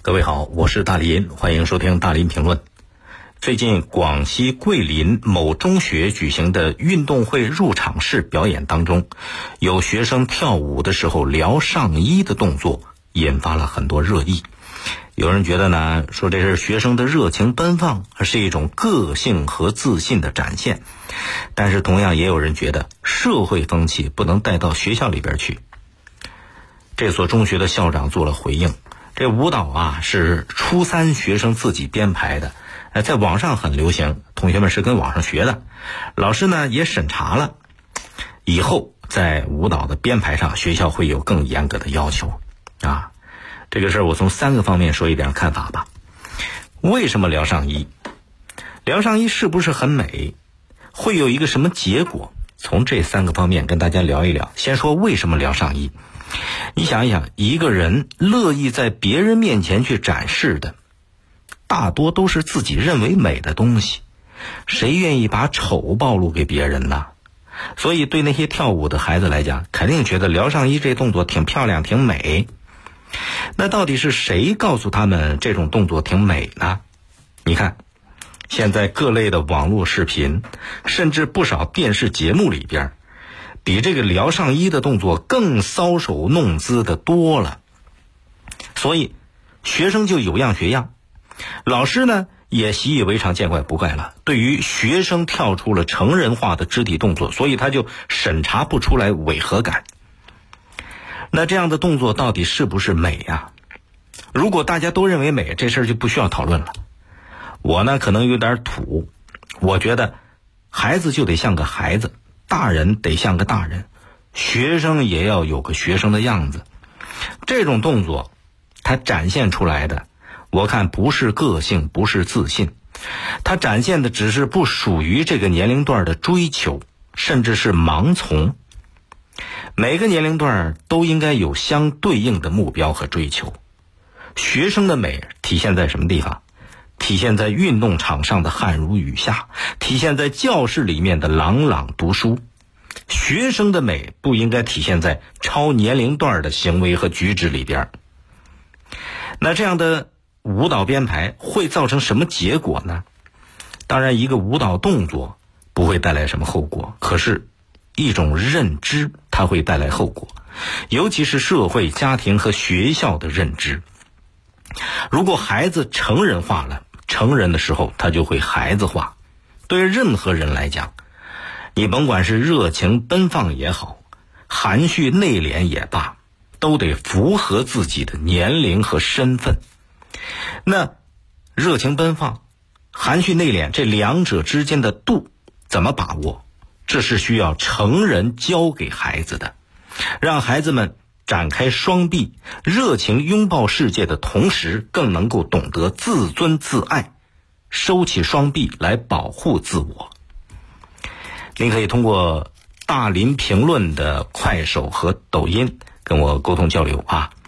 各位好，我是大林，欢迎收听大林评论。最近广西桂林某中学举行的运动会入场式表演当中，有学生跳舞的时候撩上衣的动作引发了很多热议。有人觉得呢，说这是学生的热情奔放，是一种个性和自信的展现。但是同样也有人觉得社会风气不能带到学校里边去。这所中学的校长做了回应，这舞蹈是初三学生自己编排的，在网上很流行，同学们是跟网上学的，老师呢也审查了，以后在舞蹈的编排上学校会有更严格的要求这个事儿我从3个方面说一点看法吧。为什么撩上衣？撩上衣是不是很美？会有一个什么结果？从这3个方面跟大家聊一聊。先说为什么撩上衣。你想一想，一个人乐意在别人面前去展示的，大多都是自己认为美的东西，谁愿意把丑暴露给别人呢？所以对那些跳舞的孩子来讲，肯定觉得撩上衣这动作挺漂亮挺美。那到底是谁告诉他们这种动作挺美呢？你看现在各类的网络视频，甚至不少电视节目里边，比这个撩上衣的动作更搔首弄姿的多了。所以学生就有样学样，老师呢也习以为常见怪不怪了。对于学生跳出了成人化的肢体动作，所以他就审查不出来违和感。那这样的动作到底是不是美呀？如果大家都认为美，这事儿就不需要讨论了。我呢可能有点土，我觉得孩子就得像个孩子，大人得像个大人，学生也要有个学生的样子。这种动作它展现出来的，我看不是个性，不是自信，它展现的只是不属于这个年龄段的追求，甚至是盲从。每个年龄段都应该有相对应的目标和追求。学生的美体现在什么地方？体现在运动场上的汗如雨下，体现在教室里面的朗朗读书。学生的美不应该体现在超年龄段的行为和举止里边。那这样的舞蹈编排会造成什么结果呢？当然一个舞蹈动作不会带来什么后果，可是一种认知它会带来后果，尤其是社会、家庭和学校的认知。如果孩子成人化了，成人的时候他就会孩子化。对任何人来讲，你甭管是热情奔放也好，含蓄内敛也罢，都得符合自己的年龄和身份。那热情奔放、含蓄内敛这两者之间的度怎么把握？这是需要成人教给孩子的，让孩子们展开双臂，热情拥抱世界的同时，更能够懂得自尊自爱，收起双臂来保护自我。您可以通过大林评论的快手和抖音跟我沟通交流